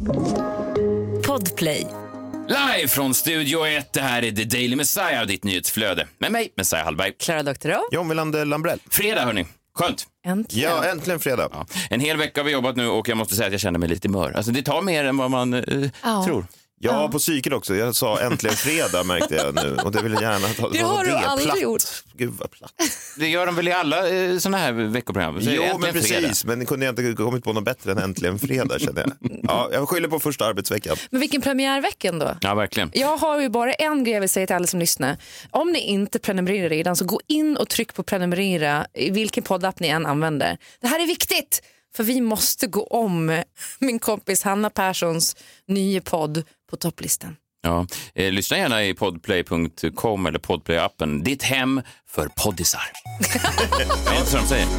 Podplay. Live från Studio 1, det här är The Daily Messiah och ditt nyhetsflöde. Med mig, Messiah Hallberg. Klara Doktorov. John Wilander Lambrell. Fredag, hörni. Skönt. Äntligen. Ja, äntligen fredag. Ja. En hel vecka har vi jobbat nu och jag måste säga att jag känner mig lite mör. Alltså det tar mer än vad man tror. Ja, på psyket också. Jag sa äntligen fredag märkte jag nu. Och det vill jag gärna ta. Det har du aldrig platt. gjort. Gud vad platt. Det gör de väl i alla såna här veckoprogram? Så Jo, men precis. Fredag. Men kunde jag inte kommit på något bättre än äntligen fredag, känner jag. Ja, jag skyller på första arbetsveckan. Men vilken premiärveckan då? Ja, verkligen. Jag har ju bara en grej jag vill säga till alla som lyssnar. Om ni inte prenumererar redan så gå in och tryck på prenumerera i vilken poddapp ni än använder. Det här är viktigt. För vi måste gå om min kompis Hanna Perssons nya podd på topplistan. Ja. Lyssna gärna i podplay.com eller podplay-appen. Ditt hem för poddisar. Det är inte så de säger.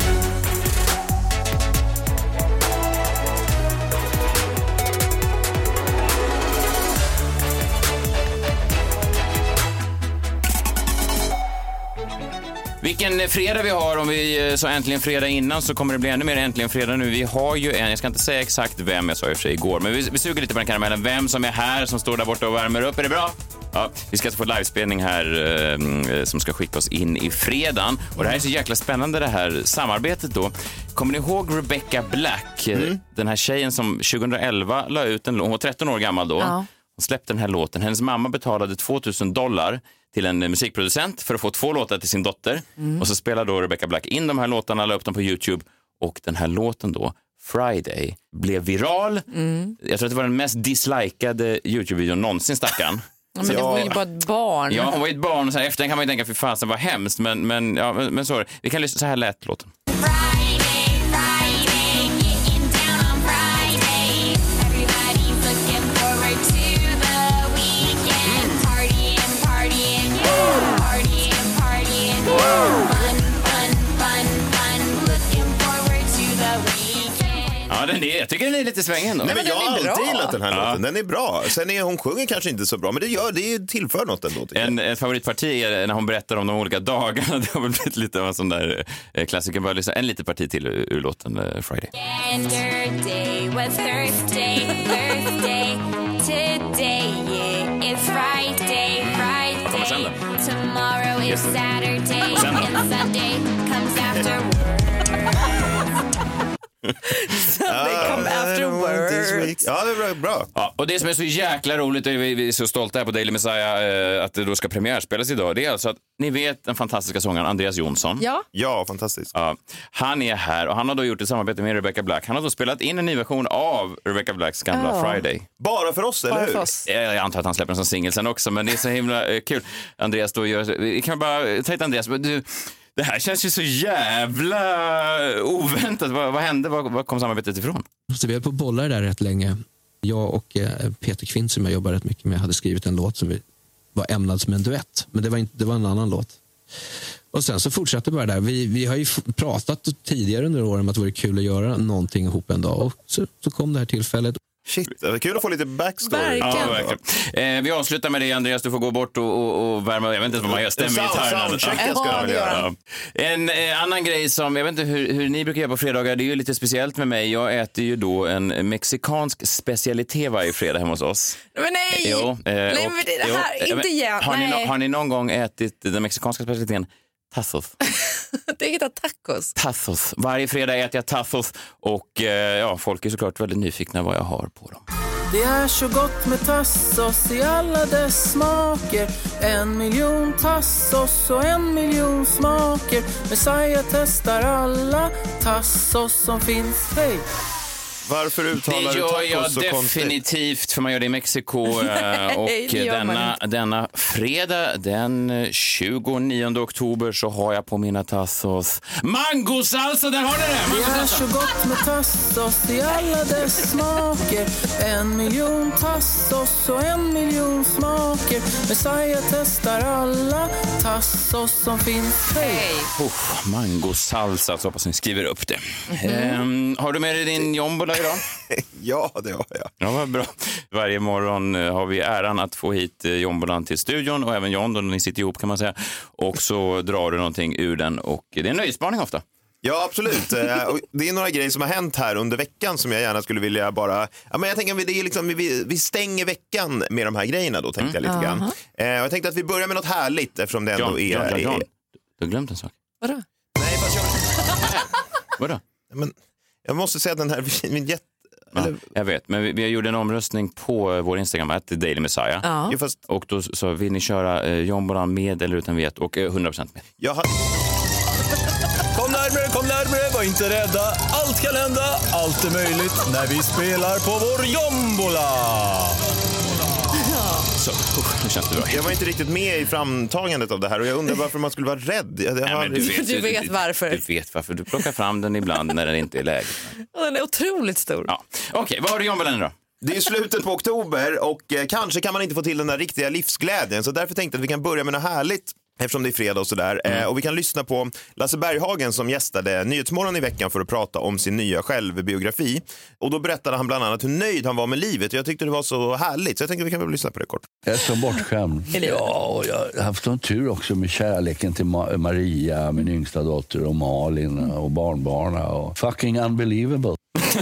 Vilken fredag vi har. Om vi sa äntligen fredag innan så kommer det bli ännu mer äntligen fredag nu. Vi har ju en, jag ska inte säga exakt vem, jag sa i och för sig igår, men vi suger lite på den karamellen. Vem som är här, som står där borta och värmer upp. Är det bra? Ja, vi ska få livespelning här som ska skicka oss in i fredagen. Och det här är så jäkla spännande, det här samarbetet då. Kommer ni ihåg Rebecca Black? Den här tjejen som 2011 la ut en låt. Hon var 13 år gammal då. Ja. Hon släppte den här låten. Hennes mamma betalade $2,000 till en musikproducent för att få 2 låtar till sin dotter. Och så spelar då Rebecca Black in de här låtarna, la upp dem på YouTube. Och den här låten då, Friday, blev viral. Jag tror att det var den mest dislikade YouTube-videon någonsin, stackarn. Ja, men det var ju bara ett barn. Ja, hon var ett barn och så här, efter kan man ju tänka, för fasen var hemskt. Men så är det. Vi kan lyssna, så här lät låten. Ja, jag tycker den är lite svängig ändå. Nej, men jag har den är alltid bra. gillat den här låten. Den är bra. Sen är hon sjunger kanske inte så bra, men det tillför något ändå. Ett favoritparti är när hon berättar om de olika dagarna. Det har väl blivit lite av en sån där klassiker. Bara lyssna en liten parti till ur låten Friday. Yesterday was Thursday, today is Friday, Kommer sen då. tomorrow is Saturday, sen då. and Sunday comes after They come afterwards. Ja, det är bra. Ja, och det som är så jäkla roligt, och vi är så stolta här på Daily Messiah att det då ska premiärspelas idag, det är alltså att ni vet den fantastiska sångaren Andreas Jonsson. Ja, fantastiskt. Ja, han är här och han har då gjort ett samarbete med Rebecca Black. Han har då spelat in en ny version av Rebecca Blacks gamla Friday. Bara för oss, eller hur? För oss. Jag antar att han släpper en som singel sen också, men det är så himla kul. Andreas då gör... Vi kan bara ta hit Andreas. Det här känns ju så jävla oväntat. Vad hände? Vad kom samarbetet ifrån? Så vi höll på att bolla det där rätt länge. Jag och Peter Kvint, som jag jobbar rätt mycket med, hade skrivit en låt som var ämnad som en duett. Men det var en annan låt. Och sen så fortsatte bara där. Vi har ju pratat tidigare under åren om att det vore kul att göra någonting ihop en dag. Och så kom det här tillfället. Shit, det är kul att få lite backstory. Verkligen. Ja, verkligen. Vi avslutar med det, Andreas. Du får gå bort och värma. Jag vet inte vad man gör. Stämmer gitarren. Soundchecken ska jag göra. En annan grej som, jag vet inte hur ni brukar göra på fredagar, det är ju lite speciellt med mig. Jag äter ju då en mexikansk specialitet varje fredag hemma hos oss. Men nej! Jo, Nej, men det här, inte igen. Har ni någon gång ätit den mexikanska specialiteten tacos? Det heter tacos. Tacos. Varje fredag äter jag tacos och folk är såklart väldigt nyfikna vad jag har på dem. Det är så gott med tassos i alla dess smaker. 1 miljon tassos och 1 miljon smaker. Messiah testar alla tassos som finns. Hej! Varför uttalar Det du gör jag tacos så konstigt? definitivt, för man gör det i Mexiko. Och denna fredag, den 29 oktober, så har jag på mina tassos mangosalsa, där har ni det! Det är så gott med tassos i alla dess smaker. 1 miljon tassos och 1 miljon smaker. Messiah testar alla tassos som finns. Hej! Mangosalsa, så hoppas ni skriver upp det. Har du med dig din jombola idag? Ja, det har jag. Ja, vad bra. Varje morgon har vi äran att få hit jombolan till studion, och även John, då ni sitter ihop kan man säga. Och så drar du någonting ur den, och det är en nöjesspaning ofta. Ja, absolut. Och det är några grejer som har hänt här under veckan som jag gärna skulle vilja bara... Ja, men jag tänker att det är liksom, vi stänger veckan med de här grejerna då, tänkte jag lite grann. Jag tänkte att vi börjar med något härligt eftersom det ändå är... John. Du har glömt en sak. Vadå? Nej, fast Vadå? Men jag måste säga att den här... Ja, jag vet, men vi gjorde en omröstning på vår Instagram att Daily Messiah. Ja. Och då så vill ni köra Jombolan med eller utan vet och 100% med. Kom närmare, var inte rädda. Allt kan hända, allt är möjligt när vi spelar på vår Jombola. Så, nu känns det bra. Jag var inte riktigt med i framtagandet av det här och jag undrar varför man skulle vara rädd. Du vet varför. Du vet varför. Du plockar fram den ibland när den inte är läge. Den är otroligt stor. Ja. Okej, vad har du Jombolan då? Det är slutet på oktober och kanske kan man inte få till den där riktiga livsglädjen. Så därför tänkte jag att vi kan börja med något härligt. Eftersom det är fredag och sådär. Och vi kan lyssna på Lasse Berghagen som gästade Nyhetsmorgon i veckan för att prata om sin nya självbiografi. Och då berättade han bland annat hur nöjd han var med livet. Och jag tyckte det var så härligt. Så jag tänkte att vi kan väl lyssna på det kort. Jag är så bortskämd. Ja, och jag har haft en tur också med kärleken till Maria, min yngsta dotter, och Malin och barnbarna. Och fucking unbelievable.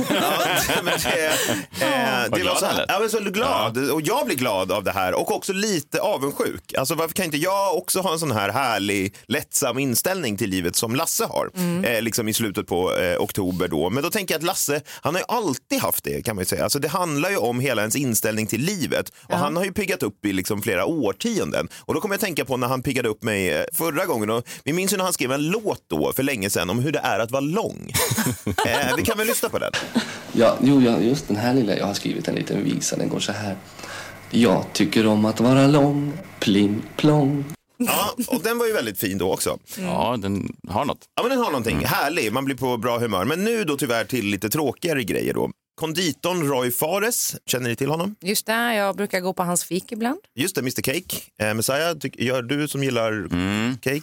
Det var så här. Jag var så glad och jag blir glad av det här och också lite avundsjuk. Alltså varför kan inte jag också ha en sån här härlig, lättsam inställning till livet som Lasse har liksom i slutet på oktober då. Men då tänker jag att Lasse, han har ju alltid haft det kan man ju säga. Alltså det handlar ju om hela ens inställning till livet och han har ju piggat upp i liksom flera årtionden. Och då kommer jag tänka på när han piggade upp mig förra gången och vi minns ju när han skrev en låt då för länge sedan om hur det är att vara lång. Vi kan väl lyssna på den. Ja, just den här lilla, jag har skrivit en liten visa, den går så här. Jag tycker om att vara lång, pling plong. Ja, och den var ju väldigt fin då också. Ja, den har något. Ja, men den har någonting. Härlig, man blir på bra humör. Men nu då tyvärr till lite tråkigare grejer då. Konditorn Roy Fares, känner ni till honom? Just det, jag brukar gå på hans fik ibland. Just det, Mr. Cake. Messiah, gör du som gillar cake?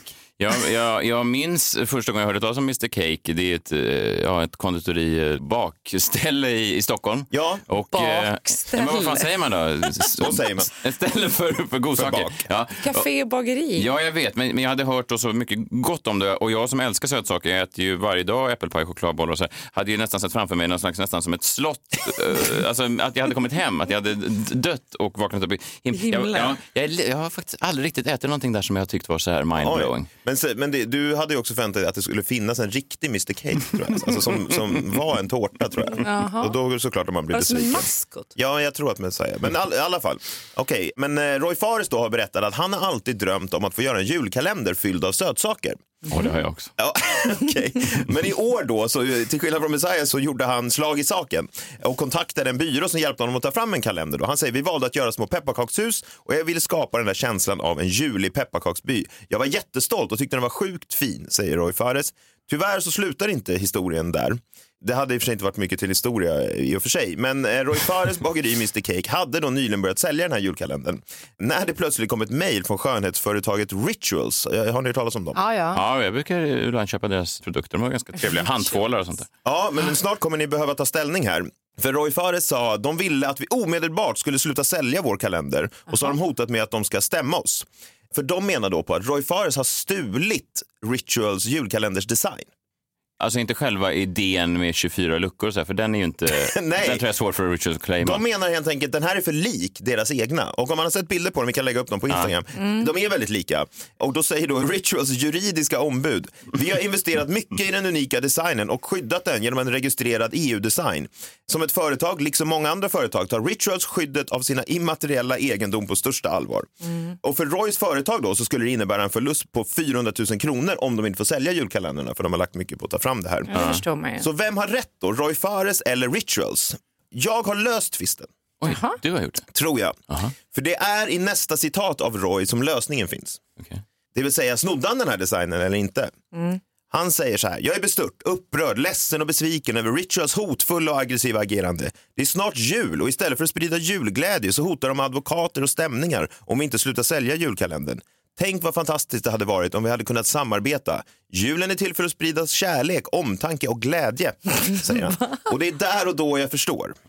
Jag minns första gången jag hörde talas om Mr. Cake. Det är ett konditori bakställe i Stockholm. Ja, och, bakställe. Men vad fan säger man då? Så säger man. Ett ställe för godsaker. Ja. Café och bageri. Ja, jag vet. Men jag hade hört så mycket gott om det. Och jag som älskar sötsaker, jag äter ju varje dag äppelpaj, chokladbollar och så. Hade ju nästan sett framför mig någon slags, nästan som ett slott. Alltså att jag hade kommit hem, att jag hade dött och vaknat upp i himlen. Jag har faktiskt aldrig riktigt ätit någonting där som jag tyckt var så här mindblowing. Men du hade ju också förväntat dig att det skulle finnas en riktig Mr. Cake, tror jag. Alltså som var en tårta, tror jag. Jaha. Och då såklart man blir besviken. Som en maskot? Ja, jag tror att man säger. Men i alla fall. Okej, men Roy Fares då har berättat att han har alltid drömt om att få göra en julkalender fylld av sötsaker. Ja, det har jag också. Ja, okej. Men i år då, så, till skillnad från Messiah, så gjorde han slag i saken och kontaktade en byrå som hjälpte honom att ta fram en kalender. Då. Han säger, vi valde att göra små pepparkakshus och jag ville skapa den där känslan av en julig pepparkaksby. Jag var jättestolt och tyckte den var sjukt fin, säger Roy Fares. Tyvärr så slutar inte historien där. Det hade i och för sig inte varit mycket till historia i och för sig. Men Roy Fares bageri Mr. Cake hade då nyligen börjat sälja den här julkalendern. När det plötsligt kom ett mejl från skönhetsföretaget Rituals. Har ni hört talas om dem? Ja, jag brukar ibland köpa deras produkter. De var ganska trevliga. Handtvålar och sånt där. Ja, men snart kommer ni behöva ta ställning här. För Roy Fares sa de ville att vi omedelbart skulle sluta sälja vår kalender. Och så har de hotat med att de ska stämma oss. För de menar då på att Roy Fares har stulit Rituals julkalenders design. Alltså inte själva idén med 24 luckor så här, för den är ju inte Nej. Den tror jag är svår för Rituals att claima. De menar helt enkelt den här är för lik deras egna. Och om man har sett bilder på dem, vi kan lägga upp dem på Instagram. De är väldigt lika. Och då säger då Rituals juridiska ombud: vi har investerat mycket i den unika designen och skyddat den genom en registrerad EU-design. Som ett företag, liksom många andra företag, tar Rituals skyddet av sina immateriella egendom på största allvar. Och för Roys företag då så skulle det innebära en förlust på 400 000 kronor om de inte får sälja julkalenderna, för de har lagt mycket på att ta fram det här. Jag förstår mig. Så vem har rätt då? Roy Fares eller Rituals? Jag har löst tvisten. Oj, du har gjort det. Tror jag. Aha. För det är i nästa citat av Roy som lösningen finns. Okay. Det vill säga, snodde han den här designen eller inte? Han säger så här: jag är bestört, upprörd, ledsen och besviken över Rituals hotfulla och aggressiva agerande. Det är snart jul och istället för att sprida julglädje så hotar de advokater och stämningar om vi inte slutar sälja julkalendern. Tänk vad fantastiskt det hade varit om vi hade kunnat samarbeta. Julen är till för att sprida kärlek, omtanke och glädje, säger han. Och det är där och då jag förstår.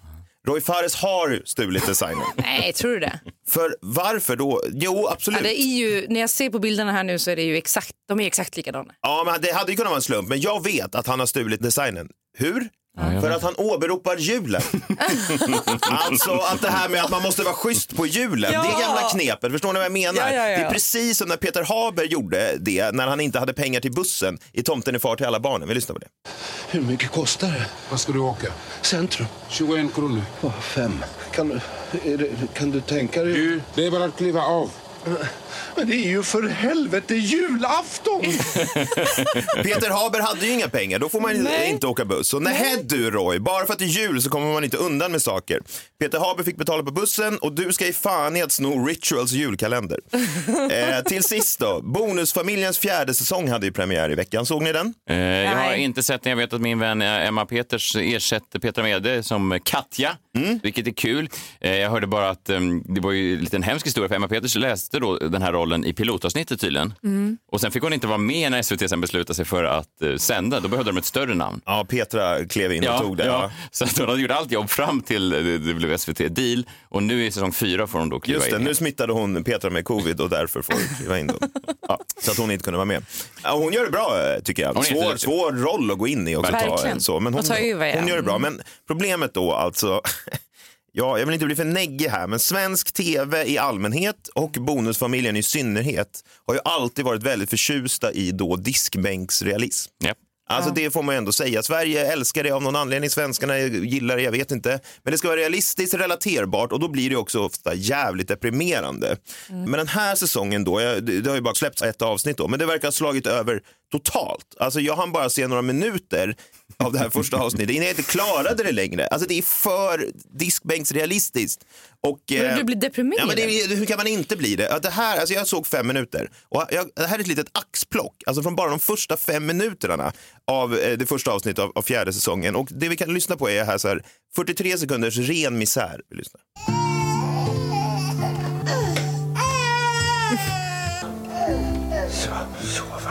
Roy Fares har stulit designen. Nej, tror du det? För varför då? Jo, absolut. Ja, det är ju, när jag ser på bilderna här nu så är det ju de är exakt likadana. Ja, men det hade ju kunnat vara en slump, men jag vet att han har stulit designen. Hur? För att han åberopar julen. Alltså att det här med att man måste vara schysst på julen, det är gamla knepet, förstår ni vad jag menar? Ja. Det är precis som när Peter Haber gjorde det när han inte hade pengar till bussen i Tomten är far till alla barnen. Vi lyssnar på det. Hur mycket kostar det? Vad ska du åka? Centrum. 21 kronor. 5. Kan du tänka dig? Det är bara att kliva av. Men det är ju för helvete julafton! Peter Haber hade ju inga pengar, då får man inte åka buss. Så nej du Roy, bara för att det är jul så kommer man inte undan med saker. Peter Haber fick betala på bussen och du ska i fan i att sno Rituals julkalender. Till sist då, Bonusfamiljens 4:e säsong hade ju premiär i veckan, såg ni den? Jag har inte sett den, jag vet att min vän Emma Peters ersätter Petra Mede som Katja, vilket är kul. Jag hörde bara att det var ju en liten hemsk historia för Emma Peters läste då den här rollen i pilotavsnittet tydligen. Och sen fick hon inte vara med när SVT sen beslutade sig för att sända. Då behövde de ett större namn. Ja, Petra klev in och tog det. Ja. Så att hon hade gjort allt jobb fram till det blev SVT-deal. Och nu i säsong 4 får hon då kliva in. Just det, nu smittade hon Petra med covid och därför får hon kliva in då. Ja, så att hon inte kunde vara med. Ja, hon gör det bra tycker jag. Svår roll att gå in i och ta en så. Men hon gör det bra. Men problemet då alltså... Ja, jag vill inte bli för neggig här, men svensk tv i allmänhet och Bonusfamiljen i synnerhet har ju alltid varit väldigt förtjusta i då diskbänksrealism. Yep. Alltså det får man ändå säga. Sverige älskar det av någon anledning, svenskarna gillar det, jag vet inte. Men det ska vara realistiskt, relaterbart och då blir det också ofta jävligt deprimerande. Men den här säsongen då, det har ju bara släppts ett avsnitt då, men det verkar ha slagit över totalt. Alltså jag hann bara se några minuter av det här första avsnittet innan jag inte klarade det längre. Alltså det är för diskbänksrealistiskt. Och, du blir deprimerad. Ja, men hur kan man inte bli det? Det här, alltså jag såg 5 minuter och det här är ett litet axplock, alltså från bara de första 5 minuterna av det första avsnittet av 4:e säsongen. Och det vi kan lyssna på är här så här 43 sekunders ren misär. Vi lyssnar. Sova.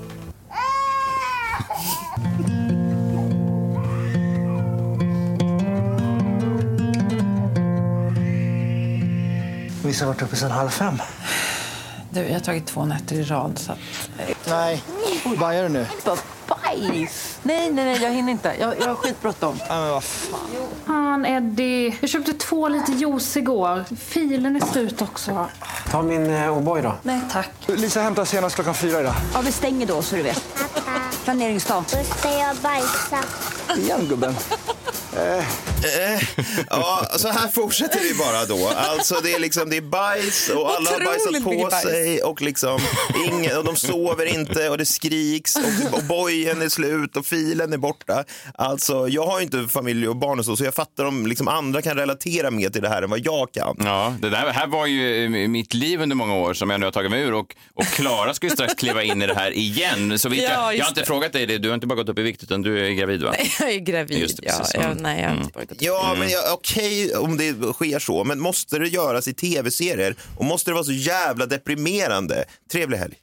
Vissa har varit uppe sedan 4:30. Du, jag har tagit 2 nätter i rad så att... Nej, bajar du nu? Bajs! Nej, jag hinner inte. Jag har skitbråttom. Nej, men vad fan. Fan, Eddie. Jag köpte 2 liter juice igår. Filen är slut också. Ta min O'boy då. Nej, tack. Lisa hämtar senast klockan 4 idag. Ja, vi stänger då så du vet. Planeringsdag. Då ska jag bajsa. Igen, gubben. Ja, så här fortsätter vi bara då. Alltså det är liksom, det är bajs och alla har bajsat på sig och liksom och de sover inte och det skriks och bojen är slut och filen är borta. Alltså jag har inte familj och barn och så jag fattar om liksom andra kan relatera mer till det här än vad jag kan. Ja, det här var ju mitt liv under många år som jag nu har tagit mig ur och Klara ska ju strax kliva in i det här igen. Så jag har inte frågat dig det, du har inte bara gått upp i vikt utan du är gravid va? Nej, jag är gravid, just det, nej, jag har inte bara gått upp. Ja, men okej om det sker så, men måste det göras i tv-serier och måste det vara så jävla deprimerande? Trevlig helg.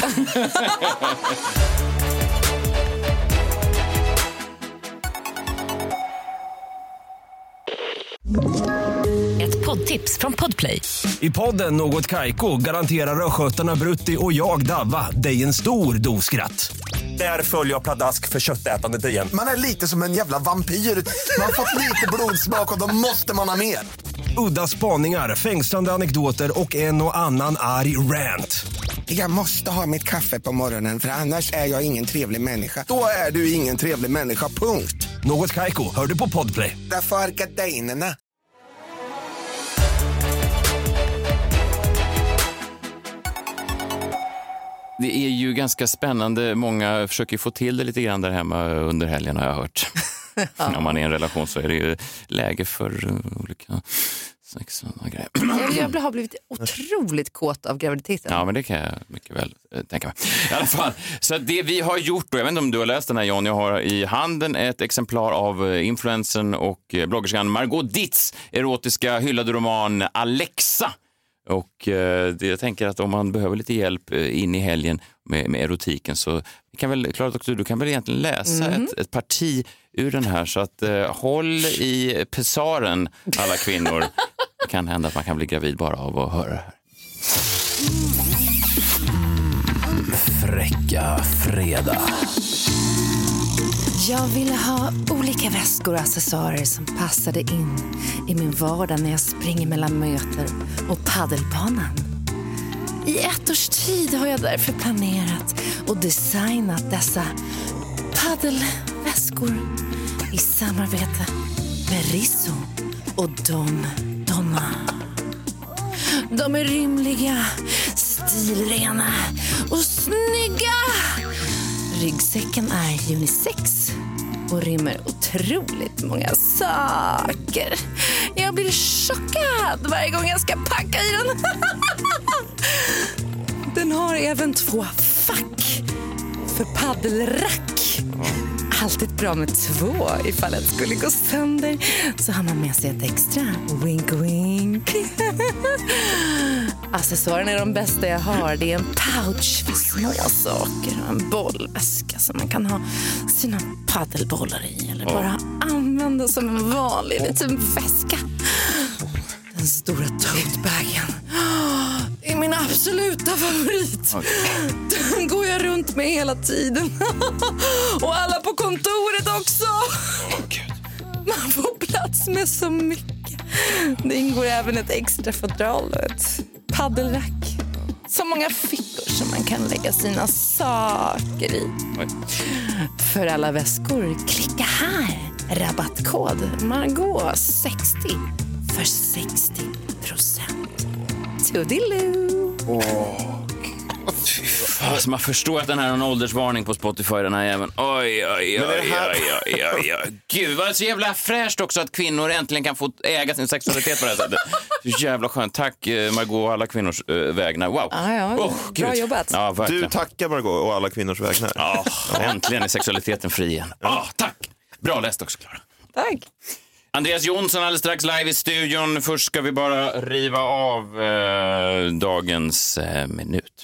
Ett poddtips från Podplay. I podden Något Kaiko garanterar röskötarna Brutti och jag Davva dig en stor doskratt. Där följer jag pladask för köttätandet igen. Man är lite som en jävla vampyr. Man har fått lite blodsmak och då måste man ha mer. Udda spaningar, fängslande anekdoter och en och annan arg rant. Jag måste ha mitt kaffe på morgonen för annars är jag ingen trevlig människa. Då är du ingen trevlig människa, punkt. Något Kaiko, hör du på Podplay. Därför är gardinerna. Det är ju ganska spännande. Många försöker få till det lite grann där hemma under helgen har jag hört. Ja. Om man är i en relation så är det ju läge för olika sexuella grejer. Jag har blivit otroligt kåt av graviditeten. Ja, men det kan jag mycket väl tänka mig. I alla fall, så det vi har gjort, och jag vet inte om du har läst den här John, jag har i handen ett exemplar av influencern och bloggerskan Margot Ditts erotiska hyllade roman Alexa. Och jag tänker att om man behöver lite hjälp in i helgen med erotiken så kan väl, Klara Doktor, du kan väl egentligen läsa ett parti ur den här, så att håll i pessaren alla kvinnor. Det kan hända att man kan bli gravid bara av att höra det här. Fräcka fredag. Jag ville ha olika väskor och accessoarer som passade in i min vardag när jag springer mellan möten och paddelbanan. I 1 års tid har jag därför planerat och designat dessa paddelväskor i samarbete med Risso och Donna. De är rymliga, stilrena och snygga. Ryggsäcken är unisex och rymmer otroligt många saker. Jag blir chockad varje gång jag ska packa i den. Den har även 2 fack för paddelrack. Alltid bra med 2 ifall det skulle gå sönder. Så har man med sig ett extra. Wink, wink. Accessoarerna är de bästa jag har. Det är en pouch för små saker och en bollväska som man kan ha sina paddelbollar i. Eller bara använda som en vanlig liten väska. Den stora totebagen är min absoluta favorit. Den går jag runt med hela tiden. Och alla på kontoret också. Man får plats med så mycket. Det ingår även ett extra fodral och ett paddelrack. Så många fickor som man kan lägga sina saker i. För alla väskor, klicka här. Rabattkod Margot 60 för 60%. Toodiloo! Alltså man förstår att den här är en åldersvarning på Spotify, den här jäveln. Oj. Gud, vad så jävla fräscht också att kvinnor äntligen kan få äga sin sexualitet på det här sättet. Så jävla skönt. Tack Margot och alla kvinnors vägnar. Wow. Bra jobbat. Ja, du tackar Margot och alla kvinnors vägnar. Ja, äntligen är sexualiteten fri igen. Tack. Bra läst också, Klara. Tack. Andreas Jonsson alldeles strax live i studion. Först ska vi bara riva av dagens minut.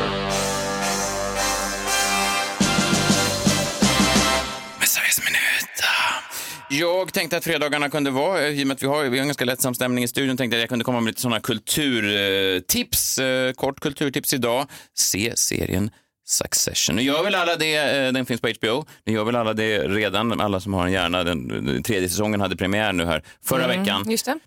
Messiahs minut. Jag tänkte att fredagarna kunde vara, i och med att vi har en ganska lättsam stämning i studion, tänkte att jag kunde komma med lite sådana kulturtips. Kort kulturtips idag. Se serien Succession. Nu gör väl alla det, den finns på HBO. Nu gör väl alla det redan, alla som har en hjärna. Den 3:e säsongen hade premiär nu här förra veckan. Just det.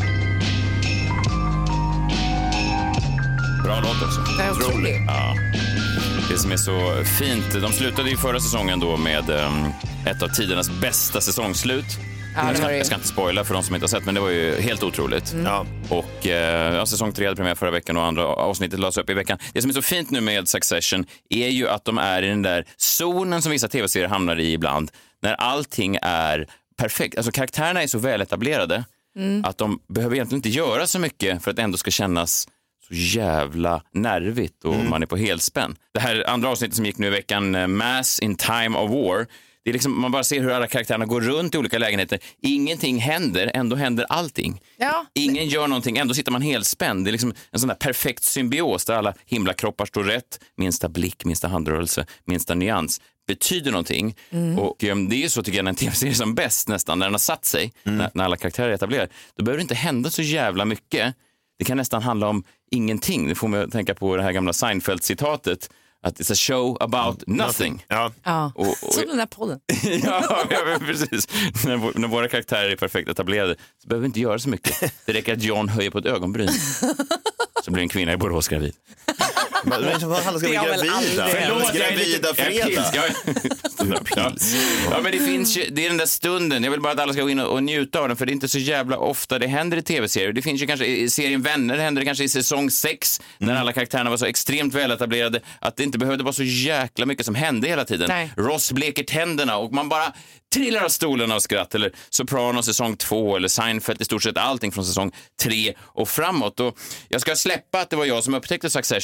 Bra låt också. Det är otroligt. Ja. Det som är så fint, de slutade ju förra säsongen då med ett av tidernas bästa säsongslut. Ja, jag ska inte spoila för de som inte har sett, men det var ju helt otroligt. Ja. Och säsong 3 hade premiär förra veckan och andra avsnittet lades upp i veckan. Det som är så fint nu med Succession är ju att de är i den där zonen som vissa tv-serier hamnar i ibland, när allting är perfekt. Alltså karaktärerna är så väl etablerade att de behöver egentligen inte göra så mycket för att ändå ska kännas så jävla nervigt och man är på helspänn. Det här andra avsnittet som gick nu i veckan, Mass in Time of War, det är liksom, man bara ser hur alla karaktärerna går runt i olika lägenheter. Ingenting händer, ändå händer allting. Ja. Ingen gör någonting, ändå sitter man helspänd. Det är liksom en sån där perfekt symbios där alla himlakroppar står rätt. Minsta blick, minsta handrörelse, minsta nyans betyder någonting. Och det är ju så tycker jag när en tv-serie som bäst nästan, när den har satt sig, när alla karaktärer är etablerade, då behöver det inte hända så jävla mycket. Det kan nästan handla om ingenting. Det får mig att tänka på det här gamla Seinfeld-citatet. Att it's a show about nothing. Ja. Så den där podden. ja, precis. När våra karaktärer är perfekt etablerade så behöver vi inte göra så mycket. Det räcker att John höjer på ett ögonbryn. Så blir en kvinna i Borås gravid. Men han ska bli gravida. Gravida fredag. Ja, men det finns ju, det är den där stunden. Jag vill bara att alla ska gå in och njuta av den, för det är inte så jävla ofta det händer i tv-serier. Det finns ju kanske i serien Vänner, det händer kanske i säsong 6 när alla karaktärerna var så extremt väletablerade att det inte behövde vara så jäkla mycket som hände hela tiden. Nej. Ross bleker tänderna och man bara trillar av stolen av skratt. Eller Sopranos säsong 2 eller Seinfeld, i stort sett allting från säsong 3 och framåt. Och jag ska släppa att det var jag som upptäckte Succession, att den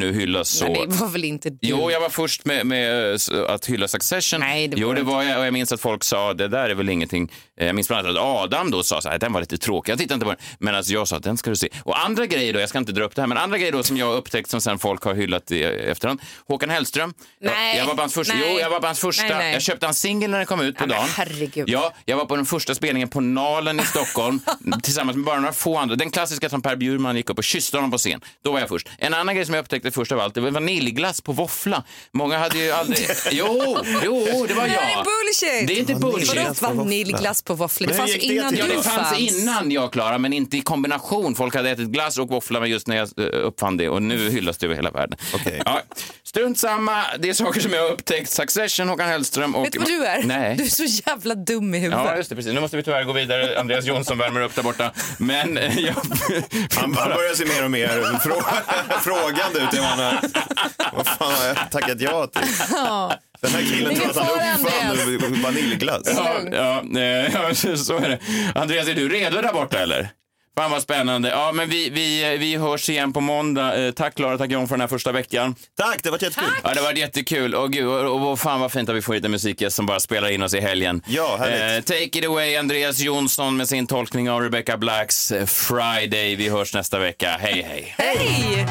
nu hyllas så... Nej, det var väl inte du? Jo, jag var först med att hylla Succession. Nej, det var jo, det var jag. Och jag minns att folk sa, det där är väl ingenting. Jag minns bland annat att Adam då sa så här, den var lite tråkig. Jag tittade inte på den. Men alltså jag sa, den ska du se. Och andra grejer då, jag ska inte dra upp det här, men andra grejer då som jag har upptäckt som sen folk har hyllat i efterhand. Håkan Hellström. Nej. Jag var på hans första. Nej. Jo, jag var på hans första. Nej. Jag köpte hans singel när den kom ut på dagen. Herregud. Ja, jag var på den första spelningen på Nalen i Stockholm tillsammans med bara några få andra. Den klassiska som Per Bjurman gick upp och kysste honom på scen. Då var jag först. En annan grej som jag upptäckte först av allt, det var vaniljglass på våffla. Många hade ju aldrig... Jo, det var jag. Det är bullshit. Det är inte bullshit. Vadå vaniljglass på våffla? Det fanns innan Ja, det fanns innan jag, Klara, men inte i kombination. Folk hade ätit glass och våffla med just när jag uppfann det. Och nu hyllas det över hela världen. Okay. Ja, strunt samma. Det är saker som jag har upptäckt. Succession, Håkan Hellström och... Vet du vad du är? Nej. Du är så jävla dum i huvudet. Ja, just det, precis. Nu måste vi tyvärr gå vidare. Andreas Jonsson värmer upp där borta. Men han börjar se mer och mer frågande ut. Vad fan har jag tackat ja till? Ja. Den här killen tror att han uppfann vaniljglass. Ja, så är det. Andreas, är du redo där borta eller? Fan vad spännande. Ja, men vi hörs igen på måndag. Tack Klara, tack John för den här första veckan. Tack, det var jättekul. Ja, det var jättekul. Och gud, och fan vad fint att vi får lite musik som bara spelar in oss i helgen. Ja, härligt. Take it away, Andreas Jonsson med sin tolkning av Rebecca Blacks Friday. Vi hörs nästa vecka. Hej, hej. Hej!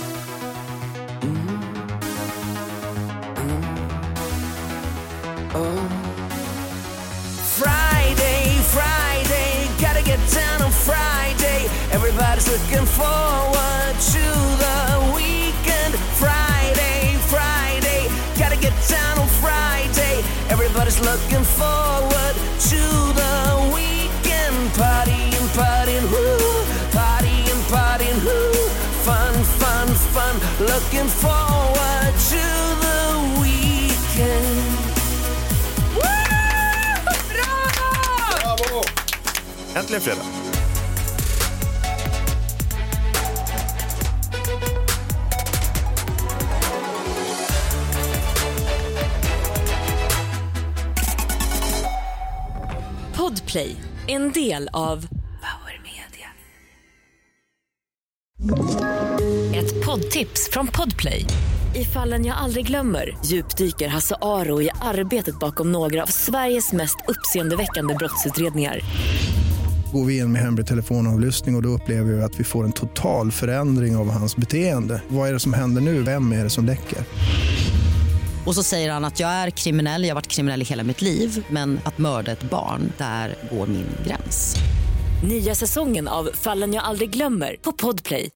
Friday, gotta get down on Friday. Everybody's looking forward to the weekend. Friday, gotta get down on Friday. Everybody's looking forward to the weekend. Partying, woo. Partying, woo. Fun. Looking forward to the weekend. Äntligen fredag. Podplay, en del av Power Media. Ett poddtips från Podplay. I Fallen jag aldrig glömmer djupdyker Hasse Aro i arbetet bakom några av Sveriges mest uppseendeväckande brottsutredningar. Går vi in med hemlig telefonavlyssning och då upplever vi att vi får en total förändring av hans beteende. Vad är det som händer nu? Vem är det som läcker? Och så säger han att jag är kriminell, jag har varit kriminell i hela mitt liv. Men att mörda ett barn, där går min gräns. Nya säsongen av Fallen jag aldrig glömmer på Podplay.